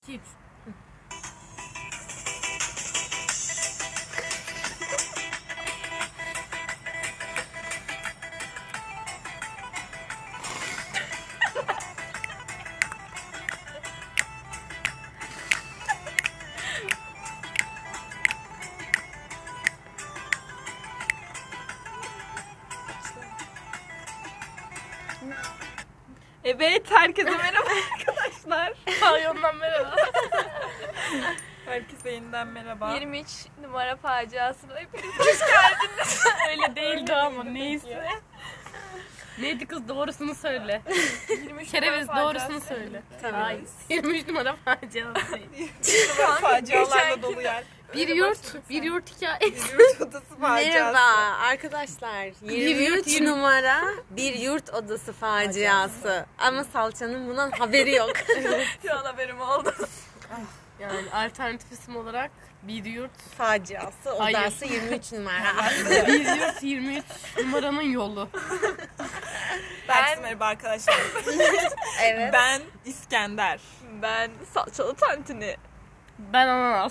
Cips. Evet, herkese merhaba arkadaşlar. Pavyondan merhaba. Herkese yeniden merhaba. 23 numara faciasına hepiniz hoş geldiniz. Öyle değildi ama neyse. Neydi kız, doğrusunu söyle. 23 Kereviz numara doğrusunu faciası. söyle. Tabii. Hayır. 23 numara faciası. Facialarla dolu yer. Bir yurt hikayesi. Yurt odası faciası. Merhaba arkadaşlar. 23 yurt. numara bir yurt odası faciası. Ama salçanın bundan haberi yok. Şu an haberim oldu. Yani alternatif isim olarak bir yurt. Faciası Hayır. odası 23 numara. Bir yurt 23 numaranın yolu. Herkese merhaba arkadaşlar. Evet. Ben İskender. Ben salçalı tantuni. Ben ananas.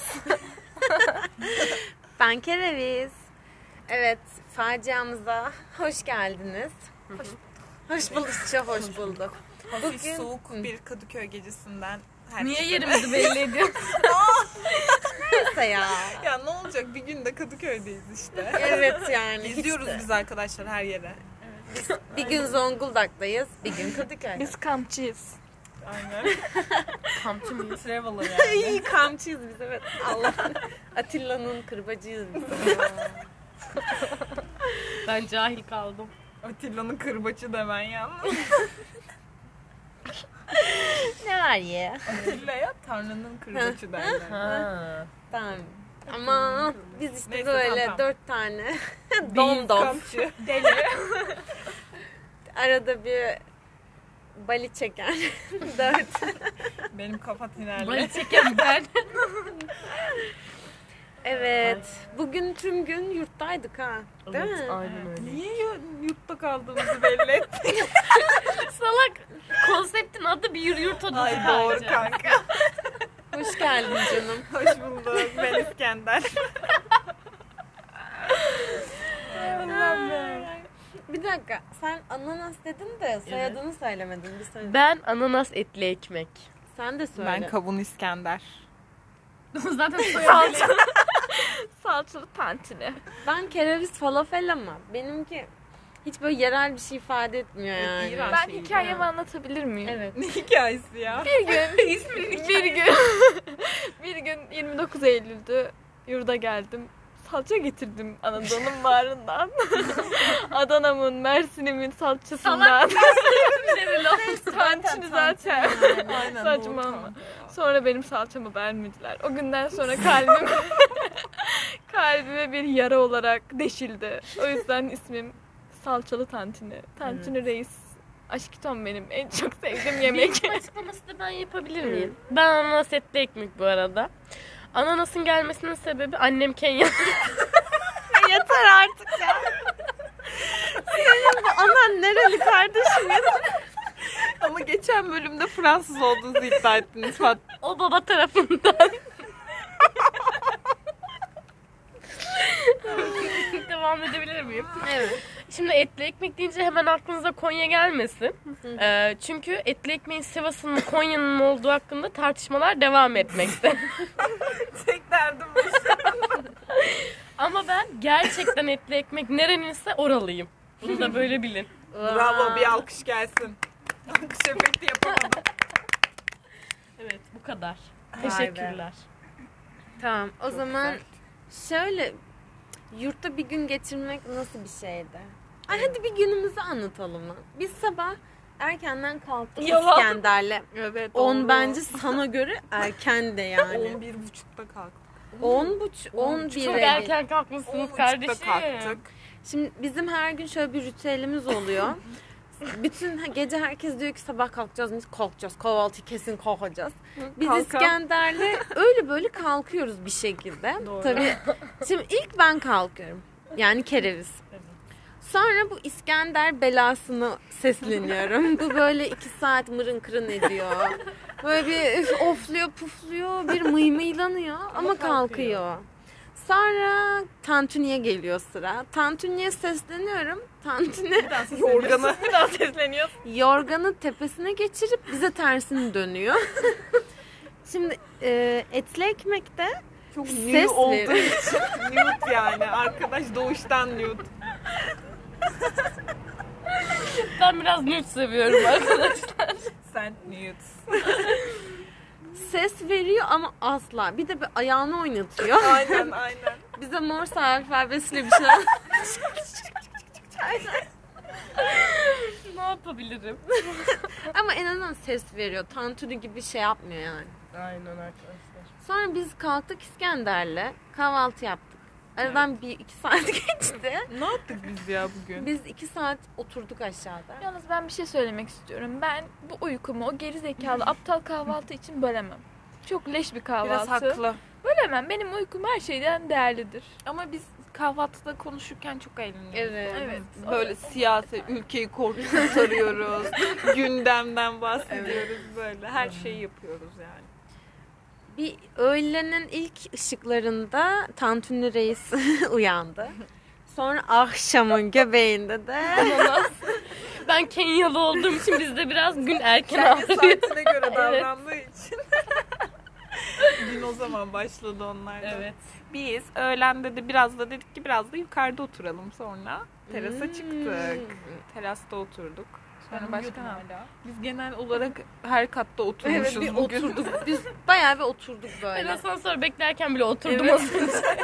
Ben Kereviz. Evet, faciamıza hoş geldiniz. Hoş bulduk, çok hoş bulduk. Hafif Bugün- soğuk bir Kadıköy gecesinden herkese. Niye yerimizi belli ediyorsun? Neyse ya. Ya ne olacak, bir gün de Kadıköy'deyiz işte. Evet yani. hiç Geziyoruz de. biz arkadaşlar her yere. Bir gün Zonguldak'tayız, bir gün Kadıköy'de. Biz kampçıyız. Aynen. Kampçı mıyız? Traveler yani. İyi kampçıyız biz, evet. Allah. Atilla'nın kırbacıyız biz. Ben cahil kaldım. Atilla'nın kırbaçı demen yalnız. Ne var ya? Atilla'ya Tanrı'nın kırbaçı derler. Ha. Tamam. Ama biz işte Neyse, böyle tamam. 4 tane domdom. Kampçı. Arada bir bali çeken 4. Benim kafa tinerli. Bali çeken ben. Evet. Bugün tüm gün yurttaydık ha. Değil Evet, mi? aynen öyle. Niye yurtta kaldığımızı belli ettin? Salak. Konseptin adı bir yurt odası. Ay doğru faciası. kanka. Hoş geldin canım. Hoş bulduk. Ben İskender. Bir dakika. Sen ananas dedin de soyadını söylemedin. Bir söyle. Ben ananas etli ekmek. Sen de söyle. Ben Kavun İskender. Zaten soyadı. Salçalı tantuni. Ben kereviz falafel ama benimki hiç böyle yerel bir şey ifade etmiyor yani. İğrenç. Ben şey hikayemi anlatabilir miyim? Evet. Ne hikayesi ya? Bir gün bir gün 29 Eylül'dü. Yurda geldim. Salça getirdim Anadolu'nun bağrından. Adana'mın, Mersin'imin salçasından. Tantuni zaten. Aynen, Saçma doğru, ama. kanka. Sonra benim salçamı beğenmediler. O günden sonra kalbime bir yara olarak deşildi. O yüzden ismim Salçalı Tantuni. Tantuni Reis. Aşkiton benim en çok sevdiğim yemek. Bir açıklaması da ben yapabilir miyim? Ben ananas etli ekmek bu arada. Ananasın gelmesinin sebebi annem Kenya. Yeter artık ya. Senin bu anan nereli kardeşim ya? Ama geçen bölümde Fransız olduğunuzu iddia ettiniz Fat. O baba tarafından. Devam edebilir miyim? Evet. Şimdi etli ekmek deyince hemen aklınıza Konya gelmesin. Çünkü etli ekmeğin Sivas'ın mı Konya'nın mı olduğu hakkında tartışmalar devam etmekte. Tek derdim bu. Ama ben gerçekten etli ekmek nereninse oralıyım. Bunu da böyle bilin. Bravo, bir alkış gelsin. Alkış efekti yapamadım. Evet, bu kadar. Vay be. Teşekkürler. Tamam. O zaman şöyle yurtta bir gün geçirmek nasıl bir şeydi? Ay hadi bir günümüzü anlatalım mı? Biz sabah erkenden kalktık Yalan. İskender'le. Evet. 10 bence sana göre erken de yani. 11.30'da kalktık. 11'e Çok erken kalkmışsınız 10.30'da kardeşim. kalktık. Şimdi bizim her gün şöyle bir ritüelimiz oluyor. Bütün gece herkes diyor ki sabah kalkacağız mıyız? Kalkacağız. Kahvaltı kesin kalkacağız. Biz Kalkalım. İskender'le öyle böyle kalkıyoruz bir şekilde. Doğru. Tabii şimdi ilk ben kalkıyorum. Yani kereviz. Sonra bu İskender belasını sesleniyorum. Bu böyle 2 saat mırın kırın ediyor. Böyle bir ofluyor pufluyor, bir mıymıylanıyor ama kalkıyor. Sonra Tantuni'ye geliyor sıra. Tantuni'ye sesleniyorum. Tantuni Yorganı. Bir daha sesleniyor. yorganı tepesine geçirip bize tersini dönüyor. Şimdi etli ekmekte Çok Ses new olduğu veriyor. için. Nude yani. Arkadaş doğuştan nude. Ben biraz nude seviyorum arkadaşlar. Sen nude. ses veriyor ama asla. Bir de bir ayağını oynatıyor. Aynen. Bize Morse alfabesiyle bir şeyler. Ne yapabilirim? Ama en azından ses veriyor. Tantuni gibi şey yapmıyor yani. Aynen arkadaşlar. Sonra biz kalktık İskender'le. Kahvaltı yaptık. Aradan 1-2 saat geçti. Ne yaptık biz ya bugün? Biz 2 saat oturduk aşağıda. Yalnız ben bir şey söylemek istiyorum. Ben bu uykumu o geri zekalı aptal kahvaltı için bölemem. Çok leş bir kahvaltı. Biraz haklı. Bölemem. Benim uykum her şeyden değerlidir. Ama biz kahvaltıda konuşurken çok eğleniyoruz. Evet. Böyle siyaset, ülkeyi kurtarıyoruz. Gündemden bahsediyoruz böyle. Her şeyi yapıyoruz yani. Bir öğlenin ilk ışıklarında Tantuni Reis uyandı. Sonra akşamın göbeğinde de Ben Kenyalı olduğum için bizde biraz gün erken Kendi alıyor. saatine göre davrandığı için. Gün o zaman başladı onlarda. Evet. Biz öğlende de biraz da dedik ki biraz da yukarıda oturalım sonra. Terasa çıktık. Terasta oturduk. Sonra başka biz genel olarak her katta evet, oturmuşuz bir bugün. oturduk. Biz bayağı bir oturduk Ben böyle. asansör beklerken bile oturdum Evet. az önce.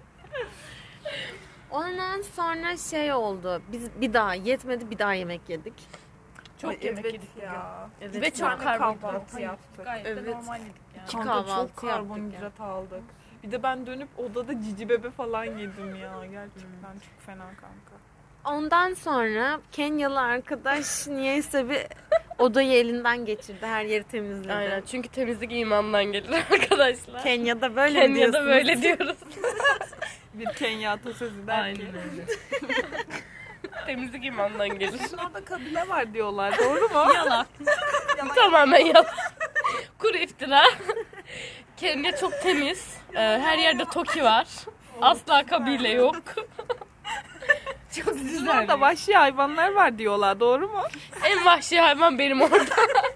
Ondan sonra şey oldu. Biz bir daha yetmedi, bir daha yemek yedik. Çok Ay, yemek evet yedik ya. Evet. Ve çok karbonhidrat kahvaltı yaptık. Gayet Evet. de normal yedik yani. İki Kanka kahvaltı çok karbonhidrat aldık. Bir de ben dönüp odada cici bebe falan yedim ya. Gerçekten çok fena kanka. Ondan sonra Kenyalı arkadaş niyeyse bir odayı elinden geçirdi. Her yeri temizledi. Aynen çünkü temizlik imandan gelir arkadaşlar. Kenya'da böyle mi Kenya'da diyorsunuz? böyle diyoruz. Bir Kenya atasözü der ki. öyle. Temizlik imandan gelir. Sizin orada kabile var diyorlar. Doğru mu? Yalan. Tamamen yalan. Kuru iftira. Kenya çok temiz. Her yerde toki var. Asla kabile yok. Çok Sizin güzel. orada vahşi hayvanlar var diyorlar. Doğru mu? En vahşi hayvan benim orada.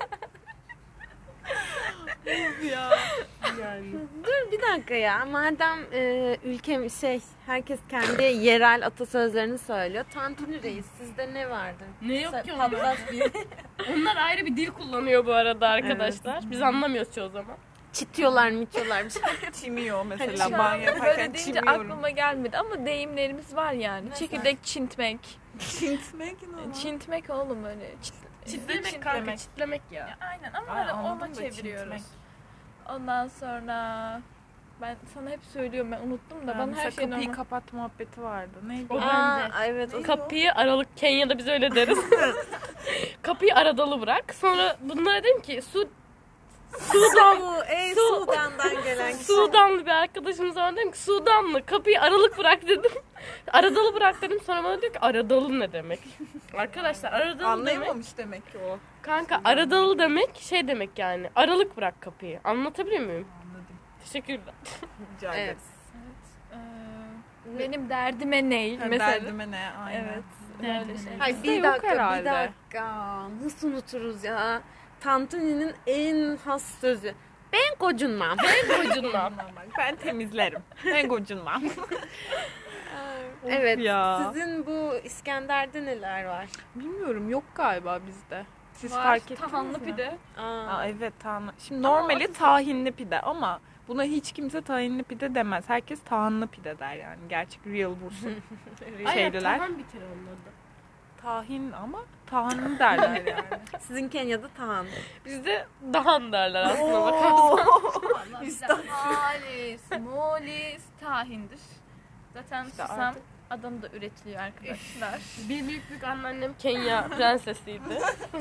Ya. Yani. Dur bir dakika ya. Madem ülkem herkes kendi yerel atasözlerini söylüyor. Tantuni Reis sizde ne vardı? Ne yok ki Patlat bir. Onlar ayrı bir dil kullanıyor bu arada arkadaşlar. Biz anlamıyoruz çoğu zaman. Çitiyorlar mitiyorlar bir şey. Çimiyor mesela. Şu an Banyo yaparken böyle deyince çimiyorum. aklıma gelmedi ama deyimlerimiz var yani. Çekirdek çintmek. Çintmek ne? Çintmek oğlum öyle. Çitlemek kanka çitlemek ya. Aynen ama Ay, hani anladım ona da çeviriyoruz. çintmek. Ondan sonra ben sana hep söylüyorum, ben unuttum da bana her Mesela şey kapıyı normal. kapat muhabbeti vardı. Neydi? O Aa, bende. evet. O Kapıyı aralık, Kenya'da biz öyle deriz. Kapıyı aradalı bırak. Sonra bunlara dedim ki Sudan, Sudan'dan gelen kişi. Sudanlı bir arkadaşımız var, dedim ki Sudanlı kapıyı aralık bırak dedim. Aradalı bırak dedim. Sonra bana diyor ki aradalı ne demek? Arkadaşlar aradalı demek. Anlayamamış demek ki o. Kanka aradalı demek şey demek yani. Aralık bırak kapıyı. Anlatabiliyor muyum? Anladım. Teşekkürler. Rica Evet. ederim. Benim derdime ne Ha, mesela. Derdime ne? Aynen. Evet. Derdime Öyle şey. Hayır Bizde bir yok dakika herhalde. bir dakika. Nasıl unuturuz ya? Tantuni'nin en has sözü. Ben gocunmam. Kocunmam. Ben temizlerim. Ben gocunmam. Evet. ya. Sizin bu İskender'de neler var? Bilmiyorum yok galiba bizde. Siz Var, fark ettiniz tahanlı mi? pide. Aa, evet tahanlı. Şimdi normali tahinli pide ama buna hiç kimse tahinli pide demez. Herkes tahanlı pide der yani. Gerçek real Bursun şeyliler. Tamam bir kere onlarda. Tahin ama tahanlı derler yani. Sizin Kenya'da tahan. Bizde dahan derler aslında bakarsan. Halis, molis, tahindir. Zaten İşte susam artık- adım da üretiliyor arkadaşlar. Bir büyük anneannem Kenya prensesiydi.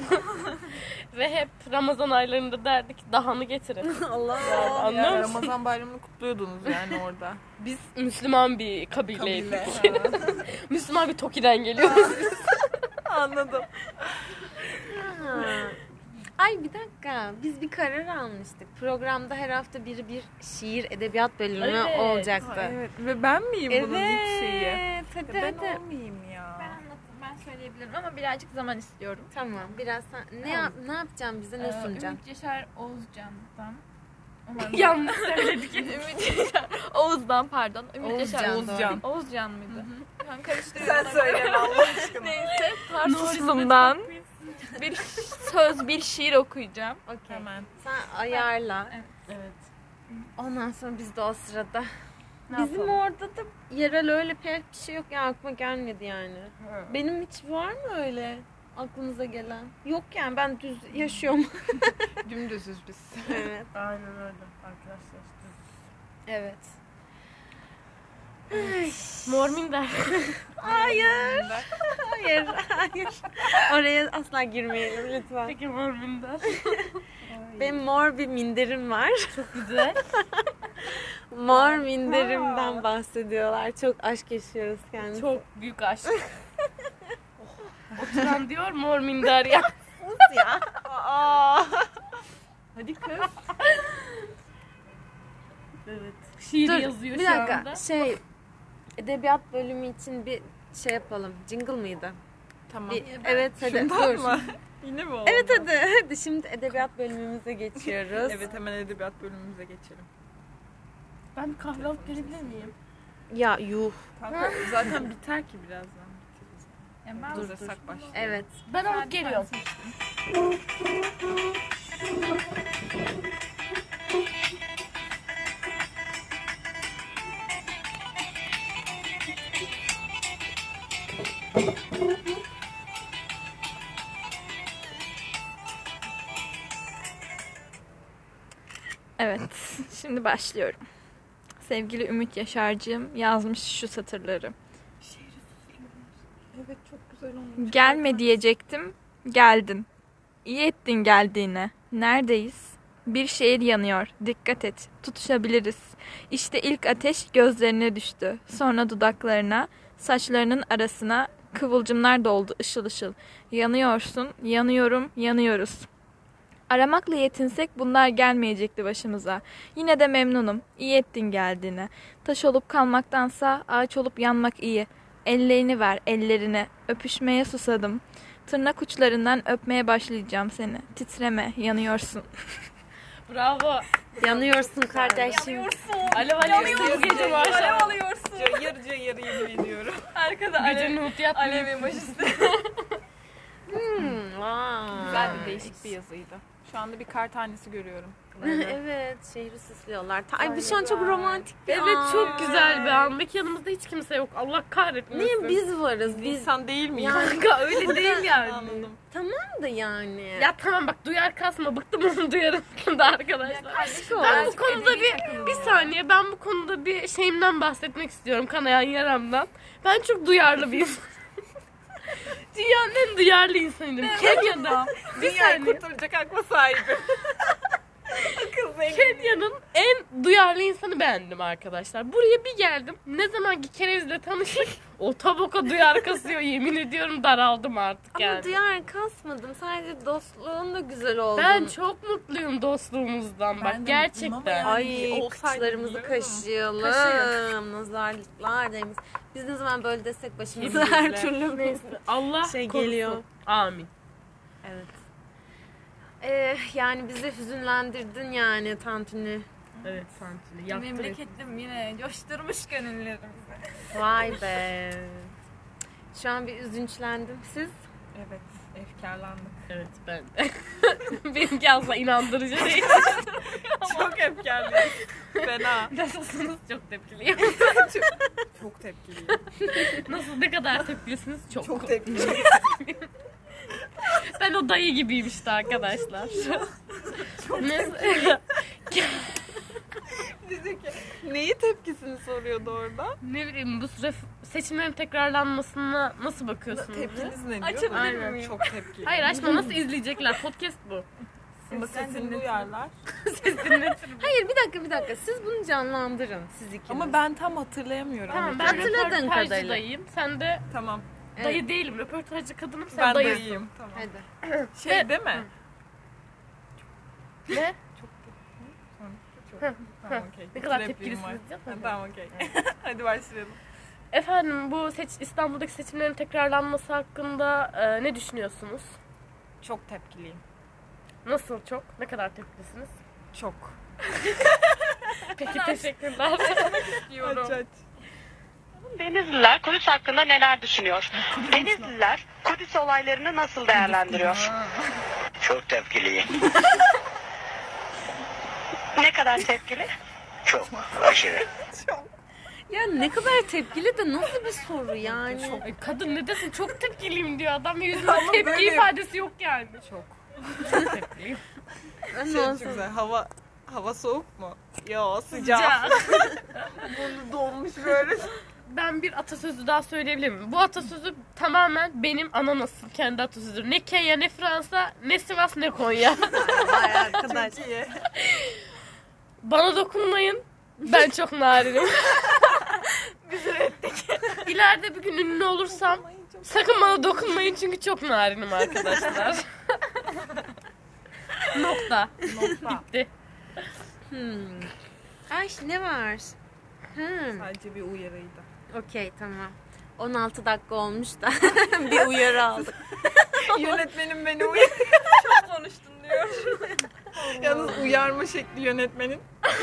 Ve hep Ramazan aylarında derdik dahanı getirin. Allah. Yani anlıyor musun? Ramazan bayramını kutluyordunuz yani orada. Biz Müslüman bir kabileydik. Kabile. Müslüman bir Toki'den geliyoruz. Anladım. Ay bir dakika. Biz bir karar almıştık. Programda her hafta biri bir şiir edebiyat bölümü Evet. olacaktı. Evet. Ve ben miyim bunun ilk şeyi? Evet. Hadi Ben hadi. olmayayım ya. Ben anlatayım, ben söyleyebilirim ama birazcık zaman istiyorum. Tamam. Biraz sen ne yapacağım bize ne sunacaksın? Ümit Yaşar Oğuzcan'dan. Umarım Yanlış söyledik. Ümit Yaşar Oğuz'dan pardon. Ümit Yaşar Oğuzcan. Oğuzcan mıydı? Ben karıştırıyorum. Sen söyle Allah aşkına. Neyse Tarsus'umdan bir söz, bir şiir okuyacağım. Okey. Hemen. Sen ayarla. Evet. Ondan sonra biz de o sırada. Ne Bizim yapalım? orada da yerel öyle pek bir şey yok ya, aklıma gelmedi yani. Benim hiç var mı öyle aklınıza gelen? Yok yani, ben düz yaşıyorum. Dümdüzüz biz. Evet. Aynen öyle arkadaşlar. Evet. Mor minder. Hayır. Hayır. Hayır. Oraya asla girmeyelim lütfen. Peki mor minder. Benim mor bir minderim var. Güzel. Mor minderimden bahsediyorlar. Çok aşk yaşıyoruz kendisi. Çok büyük aşk. Oturan diyor mor minder ya. ya. Hadi kız. Evet. Şiir Dur, yazıyor bir şu dakika. anda. Edebiyat bölümü için bir şey yapalım. Jingle mıydı? Tamam. Evet hadi. Şundan Dur. mı? Yine mi oldu? Evet hadi. Şimdi edebiyat bölümümüze geçiyoruz. Evet, hemen edebiyat bölümümüze geçelim. Ben kahve alıp gelebilir miyim? Ya yuh. Kanka zaten biter ki birazdan. Bitiririz. Yani ben Hazırsak başlayalım. Evet. Ben alıp geliyorum. Evet, şimdi başlıyorum. Sevgili Ümit Yaşar'cığım yazmış şu satırları. Evet, çok güzel olmuş. Gelme diyecektim, geldin. İyi ettin geldiğine. Neredeyiz? Bir şehir yanıyor, dikkat et, tutuşabiliriz. İşte ilk ateş gözlerine düştü, sonra dudaklarına, saçlarının arasına kıvılcımlar doldu ışıl ışıl. Yanıyorsun, yanıyorum, yanıyoruz. Aramakla yetinsek bunlar gelmeyecekti başımıza. Yine de memnunum. İyi ettin geldiğine. Taş olup kalmaktansa ağaç olup yanmak iyi. Ellerini ver, ellerine. Öpüşmeye susadım. Tırnak uçlarından öpmeye başlayacağım seni. Titreme, yanıyorsun. Bravo. Yanıyorsun kardeşim. Alev alev bu gece maşallah. alıyorsun. Cayır cayır yemin ediyorum. Arkada Gecenin mutlu alev emojisi. Güzel bir değişik bir yazıydı. Şu anda bir kar tanesi görüyorum. Evet, şehri süslüyorlar. Ay bu şu an çok romantik bir Evet an. çok güzel bir an. Belki yanımızda hiç kimse yok. Allah kahretmesin. Niye biz varız? Biz İnsan değil miyiz? Kanka öyle değil yani. Anladım. tamam da yani. Ya tamam bak duyar kasma. Bıktım onu duyarım da arkadaşlar. Ben bu konuda bir saniye ben bu konuda bir şeyimden bahsetmek istiyorum. Kanayan yaramdan. Ben çok duyarlı bir insanım. Dünyanın en duyarlı insanıyım. Kenya'da. Bir Dünyayı saniye. kurtaracak akla sahibim. Kenya'nın en duyarlı insanı bendim arkadaşlar. Buraya bir geldim. Ne zaman ki kerevizle tanıştık o taboka duyar kasıyor. Yemin ediyorum daraldım artık Ama yani. duyar kasmadım. Sadece dostluğun da güzel oldu. Ben çok mutluyum dostluğumuzdan bak Ben de gerçekten. mutluyum ama Ay olsaydı kıçlarımızı biliyor musun? kaşıyalım. Kaşıyın. Nazarlıklar demiş. Biz ne zaman böyle desek başımıza Yeminle. her türlü Neyse, Allah şey korusun. geliyor. Amin. Evet. Yani bizi hüzünlendirdin yani tantuni. Evet Santini yaptı. Memleketlim yine coşturmuş gönüllerimizi. Vay be. Şu an bir üzünçlendim. Siz? Evet, efkarlandık. Evet ben de. Benimki asla inandırıcı değil. Çok efkarlıyım. Fena. Nasılsınız? Çok tepkiliyim. Çok tepkiliyim. Nasıl ne kadar tepkilisiniz? Çok. tepkiliyim. Ben o dayı gibiyim işte arkadaşlar. Neyi tepkisini soruyordu orada? Ne bileyim bu süre seçimlerin tekrarlanmasına nasıl bakıyorsunuz? Tepkiniz ne diyor? Açabilir Aynen, miyim? çok tepkili. Hayır açma nasıl izleyecekler? Podcast bu. Ama sesini duyarlar. Hayır bir dakika. Siz bunu canlandırın siz ikiniz. Ama ben tam hatırlayamıyorum. Tamam ben Hatırladığın röportajcı kadarıyla. dayıyım. Sen de Tamam. Evet. dayı değilim. Röportajcı kadınım sen Ben dayısın. dayıyım. Tamam. Hadi. Şey değil mi? Ne? Çok. Heh, Tamam okey. Ne kadar Repliğim var. tepkilisiniz değil mi? Tamam okey. Hadi başlayalım. Efendim bu İstanbul'daki seçimlerin tekrarlanması hakkında ne düşünüyorsunuz? Çok tepkiliyim. Nasıl çok? Ne kadar tepkilisiniz? Çok. Peki teşekkürler. Aç aç. Denizliler Kudüs hakkında neler düşünüyor? Denizliler Kudüs olaylarını nasıl değerlendiriyor? Çok tepkiliyim. Ne kadar tepkili? Çok. Aşırı. Ya ne kadar tepkili de nasıl bir soru yani. Ay, kadın ne desin çok tepkiliyim diyor adam ve yüzünde Ama tepki böyle- ifadesi yok yani. Çok. Çok tepkiliyim. Ne Çok olsun? güzel. Hava soğuk mu? Yo sıcak. Bunu donmuş böyle. Ben bir atasözü daha söyleyebilir miyim? Bu atasözü tamamen benim ananasım kendi atasözüdür. Ne Kenya ne Fransa ne Sivas ne Konya. Vay arkadaş. Çok iyi. Bana dokunmayın. Ben çok narinim. Biz ürettik. İleride bir gün ünlü olursam sakın bana dokunmayın çünkü çok narinim arkadaşlar. Nokta. Bitti. Ay ne var? Sadece bir uyarıydı. Okey tamam. 16 dakika olmuş da bir uyarı aldık. Yönetmenim beni uyarıyor. Çok konuştun diyor. Yalnız uyarma şekli yönetmenin.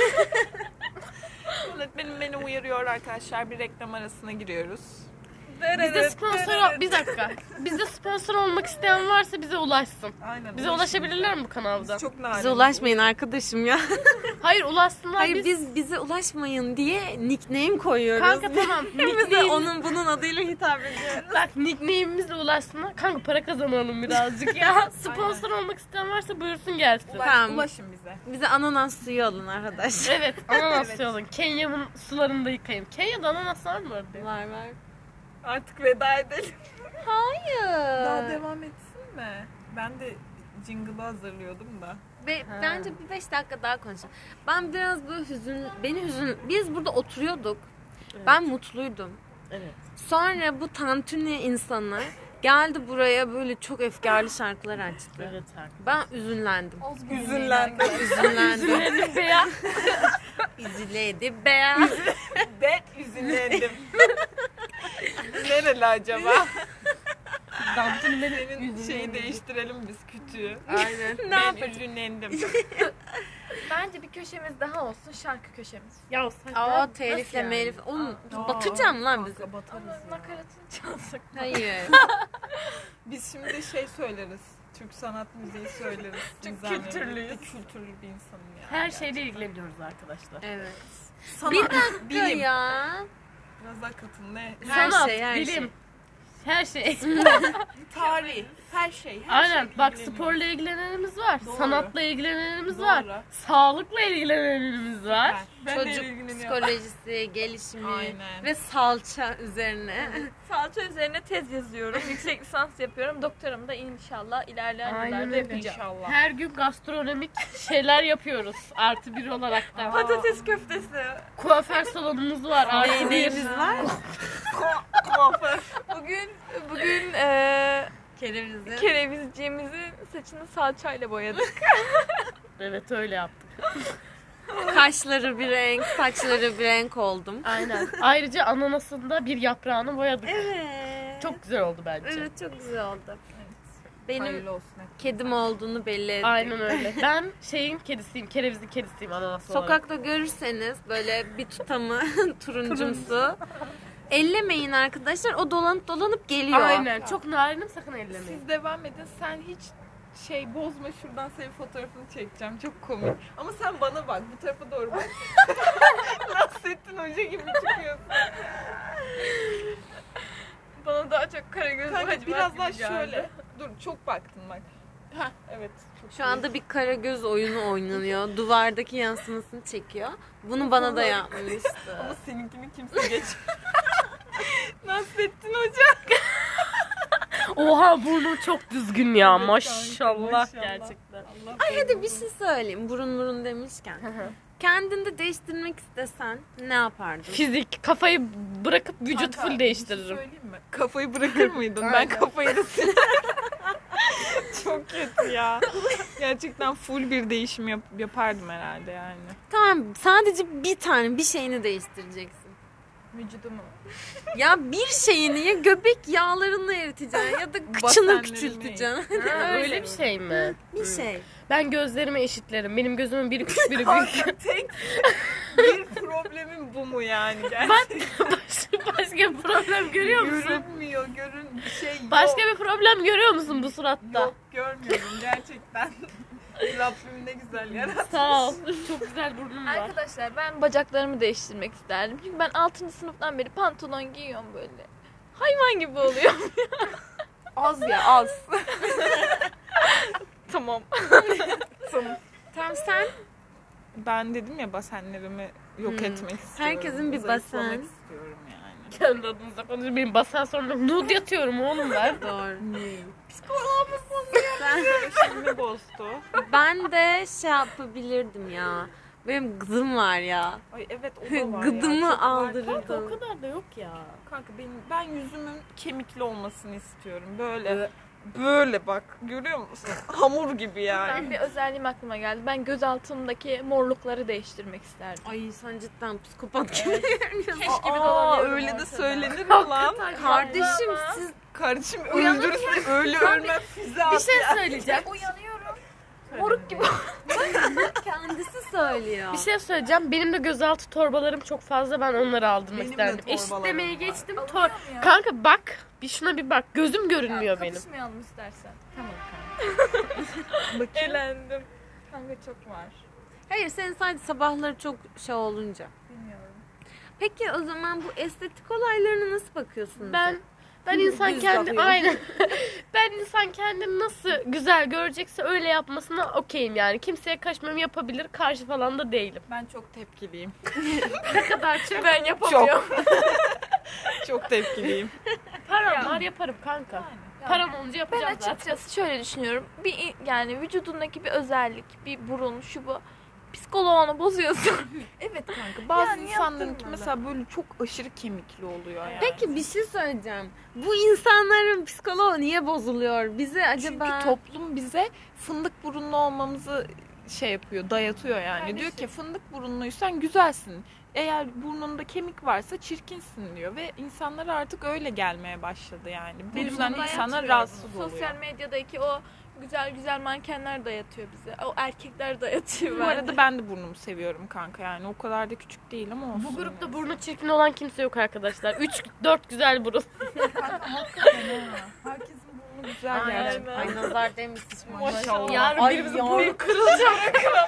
Yönetmenim beni uyarıyor arkadaşlar. Bir reklam arasına giriyoruz. Bizde sponsor bir dakika. Bizde sponsor olmak isteyen varsa bize ulaşsın. Aynen. Bize ulaşabilirler mi bu kanalda? Biz çok narin. Bize ulaşmayın arkadaşım ya. Hayır ulaşsınlar Hayır biz bize ulaşmayın diye nickname koyuyoruz. Kanka tamam. Biz de Nickname, onun bunun adıyla hitap ediyoruz. bak nickname'imizle ulaşsınlar. Kanka para kazanalım birazcık ya. Sponsor olmak isteyen varsa buyursun gelsin. Tamam. Ulaşın bize. Bize ananas suyu alın arkadaşlar. Evet ananas yolun. Kenya'nın sularında yıkayın. Kenya'da ananas var mı orada? Var var. Artık veda edelim. Hayır. Daha devam etsin mi? Ben de jingle'ı hazırlıyordum da. Bence bir 5 dakika daha konuşalım. Ben biraz böyle biz burada oturuyorduk. Evet. Ben mutluydum. Evet. Sonra bu tantuni insanlar geldi buraya böyle çok efkarlı şarkılar açtı. Evet arkadaşlar. Ben üzünlendim. Üzünlendim. Üzünlendim. Üzülelim be ya. Üzüleydi be. Ben üzünlendim. Nereli acaba? Senin şeyi değiştirelim biz kütüğü. Aynen. Ben üzünlendim. Bence bir köşemiz daha olsun, şarkı köşemiz. Ya sen Aa telifle melif. Oğlum batıracağım lan bizi. Batarız ya. Nakaratını çalsak. Hayır. Biz şimdi şey söyleriz. Türk sanat müziği söyleriz. Çok Bizlerle kültürlüyüz. birlikte Kültürlü bir insanım yani. her şeyle ilgileniyoruz arkadaşlar. Evet. Sanat, Bir dakika bilim. ya. Biraz daha katın ne? Her Sanat, şey, her bilim, şey. her şey. Tarih, her şey. Her Aynen şey bak ilgileniyoruz. sporla ilgilenenimiz var. Doğru. Sanatla ilgilenenimiz Doğru. var. Sağlıkla ilgilenenimiz var. Ben de Çocuk ilgileniyorum. psikolojisi, gelişimi Aynen. ve salça üzerine. Salça üzerine tez yazıyorum, yüksek lisans yapıyorum. Doktoramı da inşallah ilerleyen Aynen yıllarda öyle. yapacağım. İnşallah. Her gün gastronomik şeyler yapıyoruz. Artı bir olarak da. Patates köftesi. Kuaför salonumuz var. Artı bir. Neyimiz var? Bugün Kerevizin. kerevizciğimizin saçını salçayla boyadık. Evet öyle yaptık. Kaşları bir renk, saçları bir renk oldum. Aynen. Ayrıca ananasında bir yaprağını boyadık. Evet. Çok güzel oldu bence. Evet çok güzel oldu. Benim Hayırlı olsun hep. kedim olduğunu belli ettim. Aynen öyle. Ben şeyin kedisiyim. Kerevizin kedisiyim ananas olarak. Sokakta görürseniz böyle bir tutamı turuncumsu. Ellemeyin arkadaşlar. O dolanıp geliyor. Aynen. Çok narinim sakın ellemeyin. Siz devam edin. Sen hiç şey bozma, şuradan senin fotoğrafını çekeceğim. Çok komik. Ama sen bana bak. Bu tarafa doğru bak. Nasrettin Hoca gibi çıkıyorsun. Bana daha çok Karagöz Kanka Hacivat biraz daha gibi geldi. şöyle. Dur çok baktın bak. Hah evet. Çok Şu anda bir karagöz oyunu oynanıyor. Duvardaki yansımasını çekiyor. Bunu bana da yapmıştı. Ama seninkini kimse geç. Nasrettin Hoca. Oha burnu çok düzgün ya. Evet Maşallah, kanka, maşallah. gerçekten. Allah Ay hadi bir şey söyleyeyim. Burun demişken. Kendinde değiştirmek istesen ne yapardın? Fizik, kafayı bırakıp vücut Kanka, full bir şey değiştiririm. söyleyeyim mi? Kafayı bırakır mıydın? Ben Aynen. kafayı da silerim. Çok kötü ya. Gerçekten full bir değişim yapardım herhalde yani. Tamam, sadece bir tane bir şeyini değiştireceksin. Vücudumu. Ya bir şeyini, ya göbek yağlarını eriteceksin ya da kıçını Basenlerimi. küçülteceksin. Ha, öyle bir şey mi? Bir şey. Ben gözlerimi eşitlerim. Benim gözümün biri küçük biri büyük. Tek bir problemim bu mu yani? Gerçekten Başka bir problem görüyor musun? görünmüyor, bir şey yok. Başka bir problem görüyor musun bu suratta? Yok, görmüyorum gerçekten. Rabbim ne güzel yarattı. Sağ ol. Çok güzel burnum var. Arkadaşlar ben bacaklarımı değiştirmek isterdim. Çünkü ben 6. sınıftan beri pantolon giyiyorum böyle. Hayvan gibi oluyorum. Az ya az. Tamam. Tamam, sen Ben dedim ya basenlerimi yok etmek istiyorum. Herkesin bir Zayıflamak basen. istiyorum yani. Kendi adınıza konuşuyorum. Benim basen sorunum. Nude yatıyorum oğlum ben. doğru. Şimdi bozdu. Ben de şey yapabilirdim ya. Benim gıdım var ya. Ay evet o da var ya. Gıdımı Çok var. Kanka o aldırırdım. kadar da yok ya. Kanka ben yüzümün kemikli olmasını istiyorum. Böyle bak görüyor musun? Hamur gibi yani. Ben bir özelliğim aklıma geldi. Ben göz altımdaki morlukları değiştirmek isterdim. Ay sen cidden psikopat gibi. Aa öyle de söylenir mi lan? Kardeşim siz Kardeşim öldürürse öyle ölmem füze at. Bir şey söyleyeceğim. Uyanıyorum. Moruk gibi. kendisi söylüyor. Bir şey söyleyeceğim. Benim de gözaltı torbalarım çok fazla. Ben onları aldırmak Benim de isterdim. torbalarım Eşitlemeye var. geçtim. Alıyorum ya. Kanka bak. Bir şuna bir bak. Gözüm görünmüyor benim. Kapışmayalım istersen. Tamam kanka. Bakayım. Eğlendim. Kanka çok var. Hayır, senin sadece sabahları çok şey olunca. Bilmiyorum. Peki o zaman bu estetik olaylarına nasıl bakıyorsunuz? Ben insan Düz kendi bakıyor. aynen. Ben insan kendini nasıl güzel görecekse öyle yapmasına okeyim yani. Kimseye kaçmam, yapabilir. Karşı falan da değilim. Ben çok tepkiliyim. Ne kadar çok Ben yapamıyorum. Çok tepkiliyim. param var yaparım kanka. Param olunca Ben yapacağım zaten. açıkçası şöyle düşünüyorum. Yani vücudundaki bir özellik, bir burun, şu bu psikoloğunu bozuyorsun. Evet kanka bazı Yani insanların yaptırmadan. mesela böyle çok aşırı kemikli oluyor yani. Peki bir şey söyleyeceğim. Bu insanların psikoloğu niye bozuluyor? Bize acaba... Çünkü toplum bize fındık burunlu olmamızı şey yapıyor, dayatıyor yani. Diyor ki fındık burunluysan güzelsin. Eğer burnunda kemik varsa çirkinsin diyor ve insanlar artık öyle gelmeye başladı yani. Bu yüzden de insanlar rahatsız oluyor. Sosyal medyadaki o güzel mankenler dayatıyor bize. O erkekler dayatıyor Bu bence. arada ben de burnumu seviyorum kanka yani o kadar da küçük değil ama olsun. Bu grupta burnu çirkin olan kimse yok arkadaşlar. 3-4 güzel burun. Herkesin burnu güzel gerçekten. Ay nazar demişsin Maşallah. Yarın Ay birimizin ya. burnu kırılacak.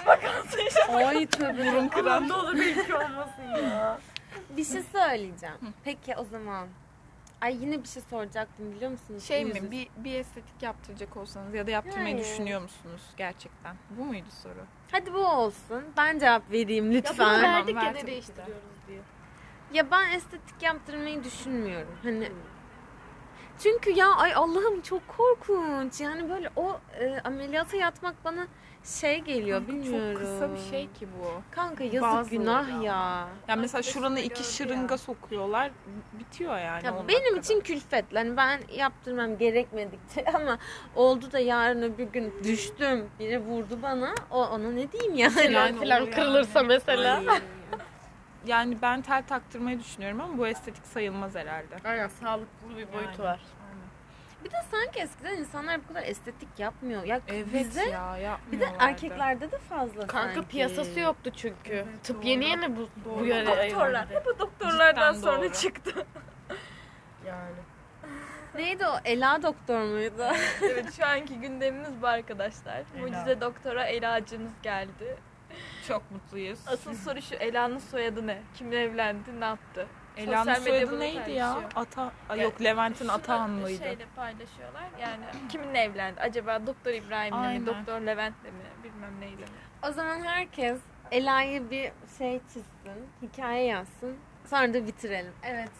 Ay tövbe. Burun kıran. Ne olur benimki olmasın ya. Bir şey söyleyeceğim. Peki o zaman. Ay yine bir şey soracaktım biliyor musunuz? Şey Yüzü- mi bir estetik yaptıracak olsanız ya da yaptırmayı Yani. düşünüyor musunuz gerçekten? Bu muydu soru? Hadi bu olsun. Ben cevap vereyim Ya bunu lütfen. verdik ver ya tabii ne ki de. değiştiriyoruz diye. Ya ben estetik yaptırmayı düşünmüyorum. Hani çünkü ya ay Allah'ım çok korkunç. Yani böyle o ameliyata yatmak bana şey geliyor bilmiyorum. Çok kısa bir şey ki bu. Kanka yazık Bazıları günah ama. ya. Yani mesela şuranı 2 şırınga sokuyorlar. Bitiyor yani. Ya 10 benim dakikada. için külfetli. Hani ben yaptırmam gerekmedikçe ama oldu da yarın öbür gün düştüm. Biri vurdu bana. Ona ne diyeyim yani? Yani Falan olur kırılırsa yani. mesela. Yani ben tel taktırmayı düşünüyorum ama bu estetik sayılmaz herhalde. Aynen sağlıklı bir boyutu var. Bir de sanki eskiden insanlar bu kadar estetik yapmıyor. Ya Evet bize ya bir de yapmıyorlardı. erkeklerde de fazla Kanka sanki. piyasası yoktu çünkü. Evet, Tıp doğru. yeni yeni bu yere Doktorlar. yayıldı. Hep o doktorlardan Cidden sonra doğru. çıktı. Yani. Neydi o? Ela doktor muydu? Evet şu anki gündemimiz bu arkadaşlar. Mucize doktora Ela'cımız geldi. Çok mutluyuz. Asıl soru şu, Ela'nın soyadı ne? Kimle evlendi, ne yaptı? Ela'nın Sosyal medya soyadı bunu neydi ya? paylaşıyor. Yok Levent'in Şunu Atahanlıydı. Şeyle paylaşıyorlar yani kiminle evlendi? Acaba Doktor İbrahim'le Aynen. mi, Doktor Levent'le mi, bilmem neyle mi? O zaman herkes Ela'yı bir şey çizsin, hikaye yazsın. Sonra da bitirelim. Evet.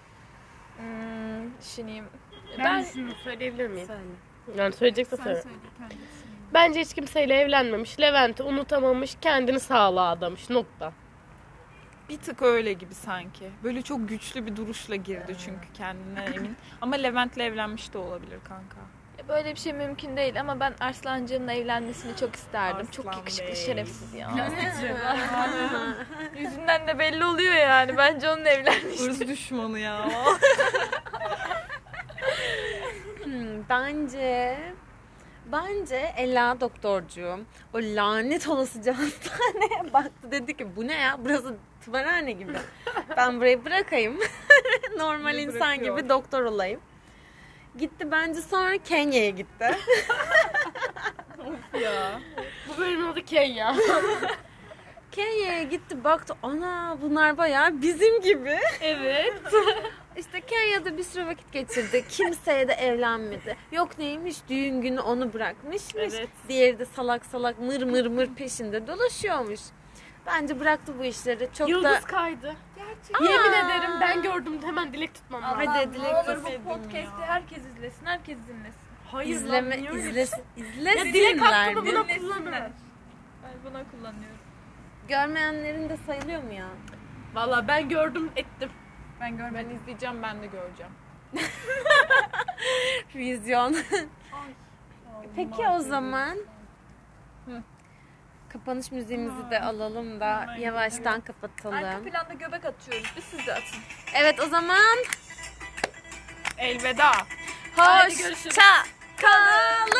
Düşüneyim. Ben şunu söyleyebilir miyim? Söyle. Yani söyleyecekse söyle. Bence hiç kimseyle evlenmemiş. Levent'i unutamamış. Kendini sağlığa adamış. Nokta. Bir tık öyle gibi sanki. Böyle çok güçlü bir duruşla girdi çünkü kendine emin. Ama Levent'le evlenmiş de olabilir kanka. Böyle bir şey mümkün değil ama ben Arslancan'la evlenmesini çok isterdim. Çok Arslan yakışıklı, Bey. şerefsiz ya. Yüzünden de belli oluyor yani. Bence onunla evlenmiş. Hırs düşmanı ya. Bence Ela doktorcuğum o lanet olasıca hastaneye baktı, dedi ki bu ne ya, burası tımarhane gibi. Ben burayı bırakayım. Normal insan bırakıyor? gibi doktor olayım. Gitti bence, sonra Kenya'ya gitti. Ya. Bu bölümün adı Kenya. Kenya'ya gitti, baktı ana bunlar bayağı bizim gibi. Evet. İşte Kenya'da bir sürü vakit geçirdi. Kimseye de evlenmedi. Yok neymiş, düğün günü onu bırakmışmış. Evet. Diğeri de salak salak mır mır mır peşinde dolaşıyormuş. Bence bıraktı bu işleri. Çok Yıldız da... kaydı. Yemin ederim ben gördüm, hemen dilek tutmam lazım. Hadi dilek Ne olur tut. bu podcast'i herkes izlesin, herkes dinlesin. Hayır İzleme, lan, niye öyle? izlesin, Ya dilek hakkını buna Dinlesinler. kullanır. Ben buna kullanıyorum. Görmeyenlerin de sayılıyor mu ya? Valla ben gördüm ettim. Ben görmedim. Ben izleyeceğim, ben de göreceğim. Vizyon. Peki o zaman kapanış müziğimizi de alalım da yavaştan Arka kapatalım. planda göbek atıyoruz. Bir siz de atın. Evet o zaman Elveda. Haydi görüşürüz. hoşça kalın.